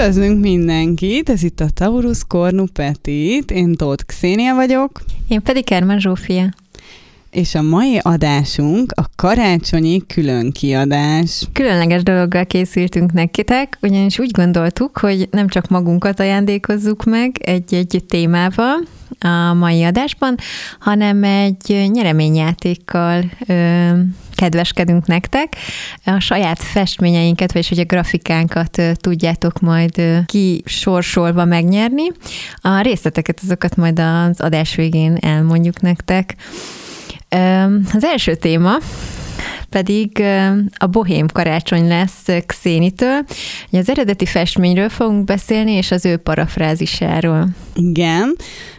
Üdvözlünk mindenkit, ez itt a Taurus Kornu Petit, én Tóth Xénia vagyok. Én pedig Kerman Zsófia. És a mai adásunk a karácsonyi különkiadás. Különleges dologgal készültünk nekitek, ugyanis úgy gondoltuk, hogy nem csak magunkat ajándékozzuk meg egy témával a mai adásban, hanem egy nyereményjátékkal kedveskedünk nektek. A saját festményeinket, vagyis hogy a grafikánkat tudjátok majd kisorsolva megnyerni. A részleteket azokat majd az adás végén elmondjuk nektek. Az első téma pedig a bohém karácsony lesz Xénitől. Az eredeti festményről fogunk beszélni, és az ő parafrázisáról. Igen,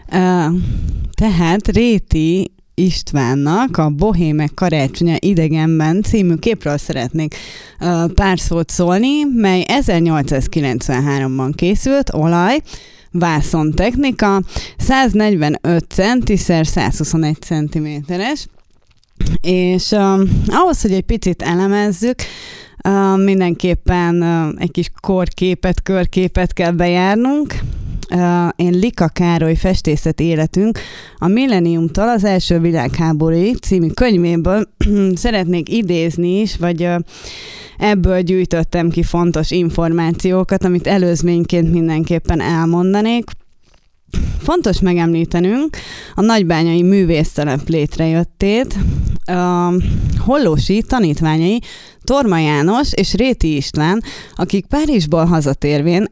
tehát Réti Istvánnak a Bohémek karácsonya idegenben című képről szeretnék pár szót szólni, mely 1893-ban készült, olaj, vászontechnika, 145 cm x 121 cm-es, és ahhoz, hogy egy picit elemezzük, mindenképpen egy kis körképet kell bejárnunk. Én Lika Károly festészet életünk a Millenniumtól az első világháborúig című könyvéből szeretnék idézni is, vagy ebből gyűjtöttem ki fontos információkat, amit előzményként mindenképpen elmondanék. Fontos megemlítenünk a nagybányai művésztelep létrejöttét, Hollósy tanítványai Torma János és Réti István, akik Párizsból hazatérvén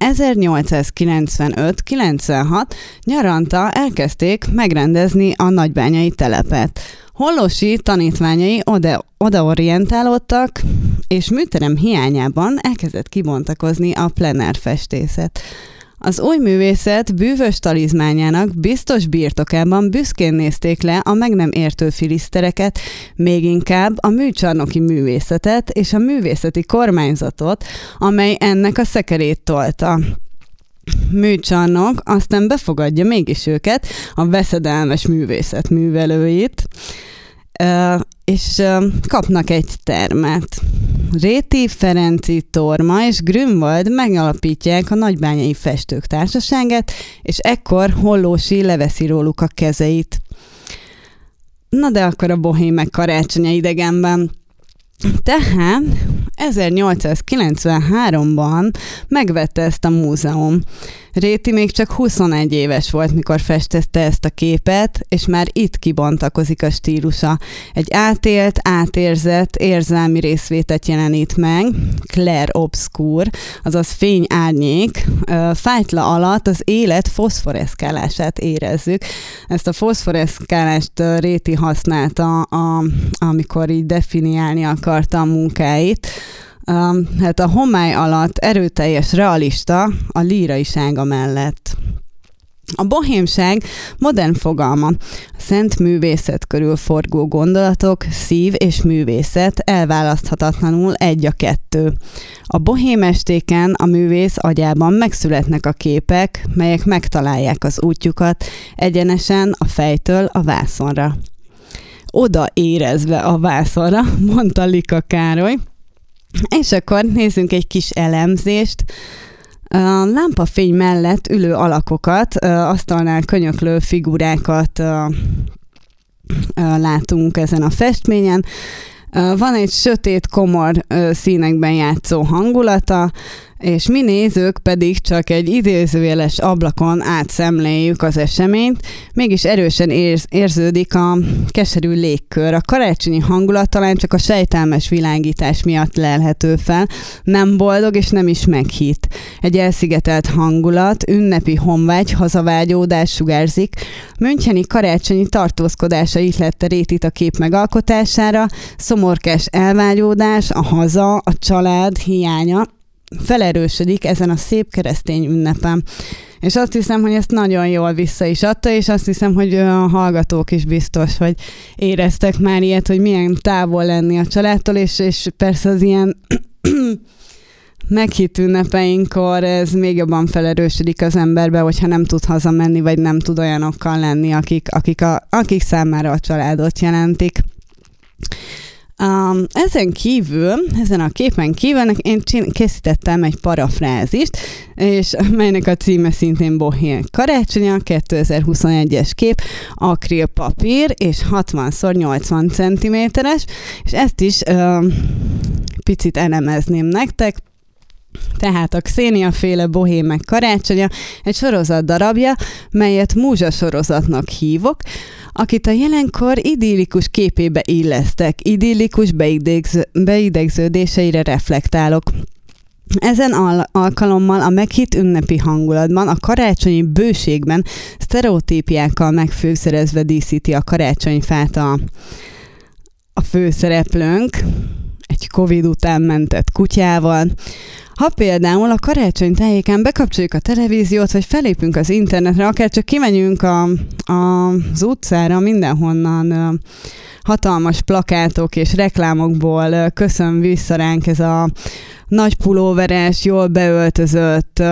1895-96 nyaranta elkezdték megrendezni a nagybányai telepet. Hollósy tanítványai odaorientálódtak, és műterem hiányában elkezdett kibontakozni a plener festészet. Az új művészet bűvös talizmányának biztos birtokában büszkén nézték le a meg nem értő filisztereket, még inkább a műcsarnoki művészetet és a művészeti kormányzatot, amely ennek a szekerét tolta. Műcsarnok aztán befogadja mégis őket, a veszedelmes művészet művelőit, és kapnak egy termet. Réti, Ferenci, Torma és Grünwald megalapítják a Nagybányai Festők Társaságát, és ekkor Hollósy leveszi róluk a kezeit. Na de akkor a bohémek karácsonya idegenben. Tehát 1893-ban megvette ezt a múzeum. Réti még csak 21 éves volt, mikor festette ezt a képet, és már itt kibontakozik a stílusa. Egy átélt, átérzett, érzelmi részvétet jelenít meg, clair obscur, azaz fény-árnyék, fájtla alatt az élet foszforeszkálását érezzük. Ezt a foszforeszkálást Réti használta, amikor így definiálni akarta a munkáit. Hát a homály alatt erőteljes realista a líraisága mellett. A bohémság modern fogalma. A szent művészet körül forgó gondolatok, szív és művészet elválaszthatatlanul egy a kettő. A bohém estéken a művész agyában megszületnek a képek, melyek megtalálják az útjukat egyenesen a fejtől a vászonra. Oda érezve a vászonra, mondta Lika Károly. És akkor nézzünk egy kis elemzést. Lámpafény mellett ülő alakokat, asztalnál könyöklő figurákat látunk ezen a festményen. Van egy sötét, komor színekben játszó hangulata, és mi nézők pedig csak egy idézőjeles ablakon átszemléljük az eseményt, mégis erősen érződik a keserű légkör. A karácsonyi hangulat talán csak a sejtelmes világítás miatt lelhető fel, nem boldog és nem is meghitt. Egy elszigetelt hangulat, ünnepi honvágy, hazavágyódás sugárzik. Müncheni karácsonyi tartózkodása ihlette Rétit a kép megalkotására, szomorkás elvágyódás, a haza, a család hiánya felerősödik ezen a szép keresztény ünnepen. És azt hiszem, hogy ezt nagyon jól vissza is adta, és azt hiszem, hogy a hallgatók is biztos, hogy éreztek már ilyet, hogy milyen távol lenni a családtól, és persze az ilyen meghitt ünnepeinkor ez még jobban felerősödik az emberbe, hogyha nem tud hazamenni, vagy nem tud olyanokkal lenni, akik számára a családot jelentik. Ezen kívül, ezen a képen kívül én készítettem egy parafrázist, és melynek a címe szintén Bohém karácsonya, 2021-es kép, akrilpapír, és 60x80 cm-es, és ezt is picit elemezném nektek. Tehát a Xenia féle Bohémek karácsonya egy sorozat darabja, melyet Múzsa sorozatnak hívok, akit a jelenkor idillikus képébe illesztek, idillikus beidegződéseire reflektálok. Ezen alkalommal a meghitt ünnepi hangulatban, a karácsonyi bőségben sztereotípiákkal megfűszerezve díszíti a karácsonyfát a főszereplőnk, egy Covid után mentett kutyával. Ha például a karácsony tájékán bekapcsoljuk a televíziót, vagy felépünk az internetre, akár csak kimegyünk az utcára, mindenhonnan hatalmas plakátok és reklámokból köszön vissza ránk ez a nagy pulóveres, jól beöltözött,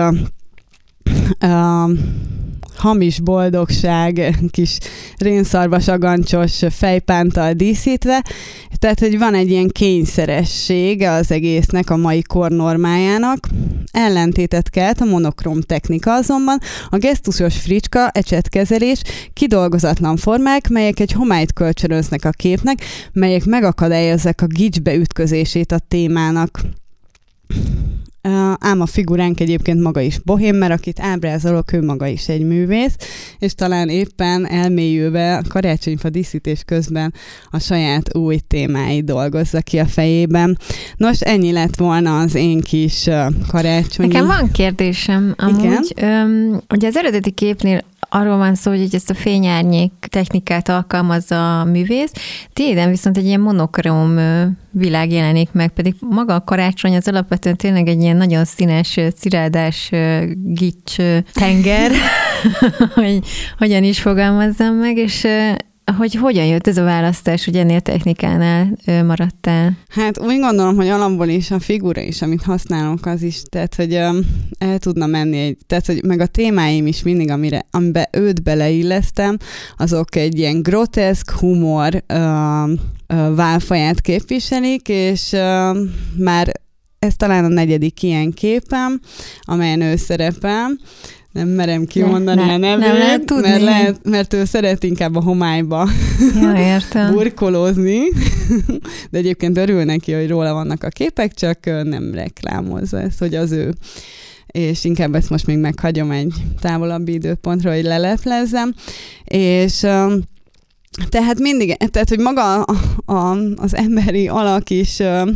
hamis boldogság, kis rénszarvas agancsos fejpántal díszítve, tehát, hogy van egy ilyen kényszeressége az egésznek, a mai kor normájának. Ellentétet kelt a monokróm technika azonban, a gesztusos fricska, ecsetkezelés, kidolgozatlan formák, melyek egy homályt kölcsönöznek a képnek, melyek megakadályozzák a gicsbe ütközését a témának. Ám a figuránk egyébként maga is bohém, mert akit ábrázolok, ő maga is egy művész, és talán éppen elmélyülve a karácsonyfa díszítés közben a saját új témáit dolgozza ki a fejében. Nos, ennyi lett volna az én kis karácsonyi. Nekem van kérdésem amúgy. Ugye az eredeti képnél arról van szó, hogy ezt a fényárnyék technikát alkalmazza a művész, tiéden viszont egy ilyen monokróm világ jelenik meg, pedig maga a karácsony az alapvetően tényleg egy ilyen nagyon színes, cirádás gics tenger, hogy hogyan is fogalmazzam meg, és hogy hogyan jött ez a választás, hogy ennél technikánál maradtál? Hát úgy gondolom, hogy alapból is a figura is, amit használunk, az is, tehát, hogy el tudna menni, tehát, hogy meg a témáim is mindig, amiben őt beleillesztem, azok egy ilyen groteszk humor válfaját képviselik, és már ez talán a 4. ilyen képem, amelyen ő szerepel. Nem merem kimondani a nevét, mert ő szeret inkább a homályba burkolózni, de egyébként örül neki, hogy róla vannak a képek, csak nem reklámozza ezt, hogy az ő. És inkább ezt most még meghagyom egy távolabbi időpontra, hogy leleplezzem. És tehát mindig, tehát hogy maga az emberi alak is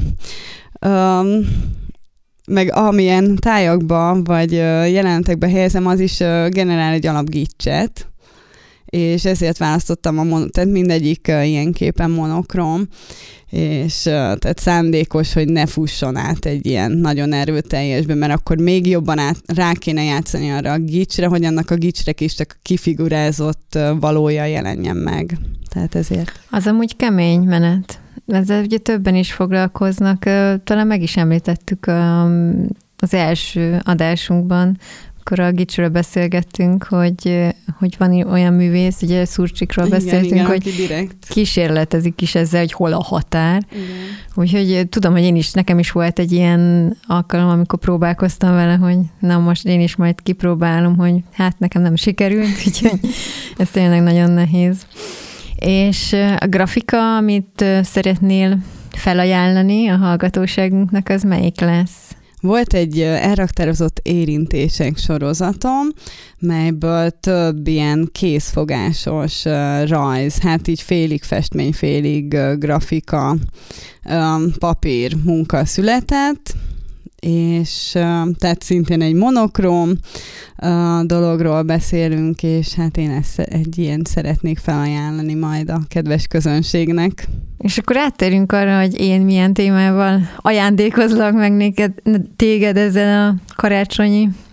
meg amilyen tájakba vagy jelenetekbe helyezem, az is generál egy alapgicset, és ezért választottam tehát mindegyik ilyen képen monokróm, és tehát szándékos, hogy ne fusson át egy ilyen nagyon erőteljesbe, mert akkor még jobban rá kéne játszani arra a gicsre, hogy annak a gicsre is csak a kifigurázott valója jelenjen meg. Tehát ezért. Az amúgy kemény menet. Ezzel ugye többen is foglalkoznak. Talán meg is említettük az első adásunkban, akkor a gicsről beszélgettünk, hogy van olyan művész, ugye Szurcsikról beszéltünk, igen, hogy kísérletezik is ezzel, hogy hol a határ. Igen. Úgyhogy tudom, hogy nekem is volt egy ilyen alkalom, amikor próbálkoztam vele, hogy na most én is majd kipróbálom, hogy hát nekem nem sikerült, úgyhogy ez tényleg nagyon nehéz. És a grafika, amit szeretnél felajánlani a hallgatóságunknak, az melyik lesz? Volt egy elraktározott érintések sorozatom, melyből több ilyen készfogásos rajz, hát így félig festmény, félig grafika, papír munka született, és tehát szintén egy monokróm dologról beszélünk, és hát én ezt egy ilyen szeretnék felajánlani majd a kedves közönségnek. És akkor áttérünk arra, hogy én milyen témával ajándékozlak meg téged ezzel a karácsonyi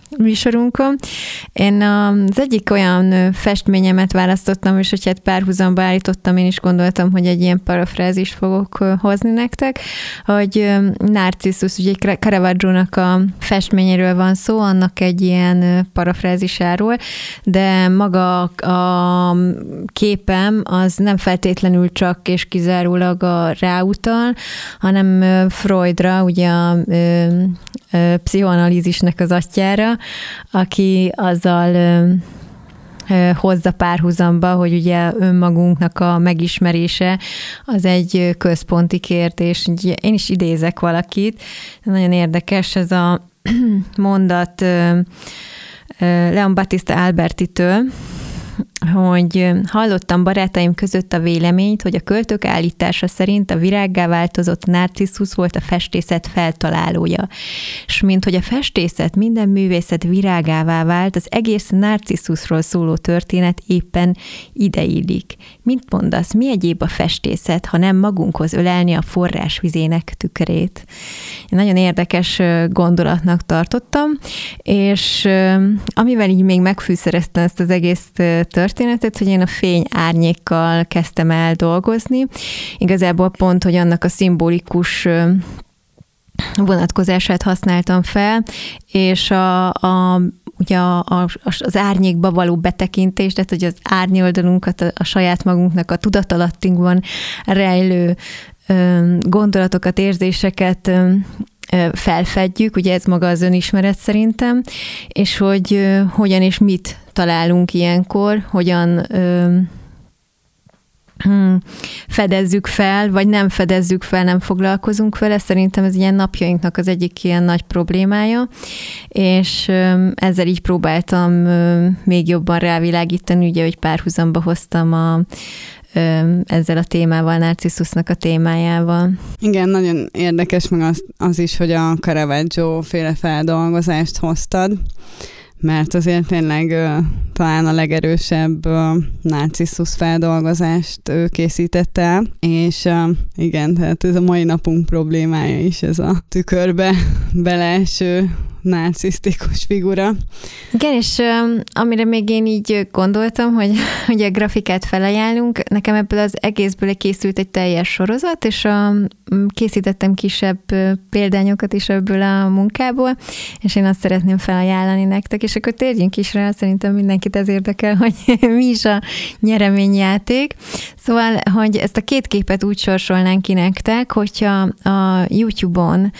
műsorunkon. Én az egyik olyan festményemet választottam, és hogy párhuzamba állítottam, én is gondoltam, hogy egy ilyen parafrázist fogok hozni nektek, hogy Narcissus, ugye Caravaggio-nak a festményéről van szó, annak egy ilyen parafrázisáról, de maga a képem az nem feltétlenül csak és kizárólag a ráutal, hanem Freudra, ugye a pszichoanalízisnek az atyjára, aki azzal hozza párhuzamba, hogy ugye önmagunknak a megismerése az egy központi kérdés. Én is idézek valakit, nagyon érdekes ez a mondat Leon Battista Albertitől, hogy hallottam barátaim között a véleményt, hogy a költők állítása szerint a virággá változott Narcissus volt a festészet feltalálója. És mint hogy a festészet minden művészet virágává vált, az egész Narcissusról szóló történet éppen ideillik. Mit mondasz, mi egyéb a festészet, ha nem magunkhoz ölelni a forrásvizének tükrét? Én nagyon érdekes gondolatnak tartottam, és amivel így még megfűszereztem ezt az egész történetet, hogy én a fény-árnyékkal kezdtem el dolgozni. Igazából pont, hogy annak a szimbolikus vonatkozását használtam fel, és ugye az árnyékba való betekintés, tehát hogy az árnyoldalunkat, a saját magunknak a tudatalattinkban rejlő gondolatokat, érzéseket felfedjük, ugye ez maga az önismeret szerintem, és hogy hogyan és mit találunk ilyenkor, hogyan fedezzük fel, vagy nem fedezzük fel, nem foglalkozunk vele. Szerintem ez ilyen napjainknak az egyik ilyen nagy problémája, és ezzel így próbáltam még jobban rávilágítani, ugye, hogy párhuzamba hoztam ezzel a témával, Narcisusnak a témájával. Igen, nagyon érdekes meg az is, hogy a Caravaggio féle feldolgozást hoztad, mert azért tényleg talán a legerősebb Narcissus feldolgozást ő készítette el, és igen, tehát ez a mai napunk problémája is, ez a tükörbe beleeső narcisztikus figura. Igen, és amire még én így gondoltam, hogy ugye a grafikát felajánlunk, nekem ebből az egészből készült egy teljes sorozat, és készítettem kisebb példányokat is ebből a munkából, és én azt szeretném felajánlani nektek, és akkor térjünk is rá, szerintem mindenkit ez érdekel, hogy mi is a nyereményjáték. Szóval, hogy ezt a két képet úgy sorsolnánk ki nektek, hogyha a YouTube-on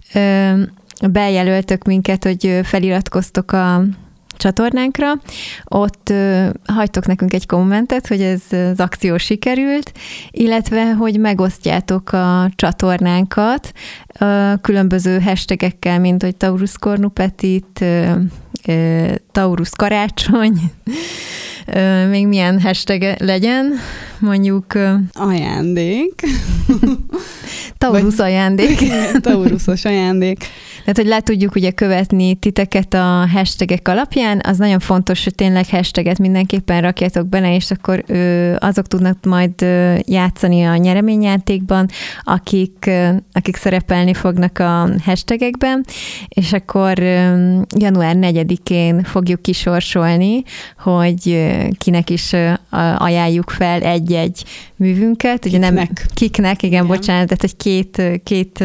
bejelöltök minket, hogy feliratkoztok a csatornánkra, ott hagytok nekünk egy kommentet, hogy ez az akció sikerült, illetve, hogy megosztjátok a csatornánkat különböző hashtagekkel, mint hogy Taurus Cornupetit, Taurus Karácsony, még milyen hashtag legyen, mondjuk... Ajándék. Taurus ajándék. Taurusos ajándék. Tehát, hogy le tudjuk ugye követni titeket a hashtagek alapján, az nagyon fontos, hogy tényleg hashtaget mindenképpen rakjátok bele, és akkor azok tudnak majd játszani a nyereményjátékban, akik szerepelni fognak a hashtagekben, és akkor január 4-én fogjuk kisorsolni, hogy kinek is ajánljuk fel egy-egy művünket. Ugye nem kiknek, igen, bocsánat, tehát hogy két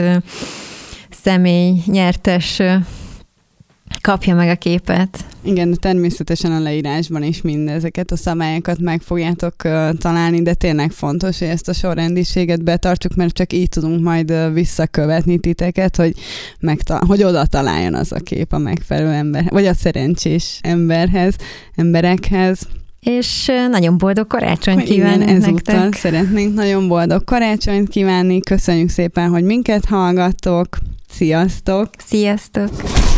személy nyertes kapja meg a képet. Igen, de természetesen a leírásban is mindezeket a szabályokat meg fogjátok találni, de tényleg fontos, hogy ezt a sorrendiséget betartsuk, mert csak így tudunk majd visszakövetni titeket, hogy oda találjon az a kép a megfelelő ember, vagy a szerencsés emberekhez. És nagyon boldog karácsonyt kívánunk nektek. Ezúttal szeretnénk nagyon boldog karácsonyt kívánni. Köszönjük szépen, hogy minket hallgattok. Sziasztok! Sziasztok!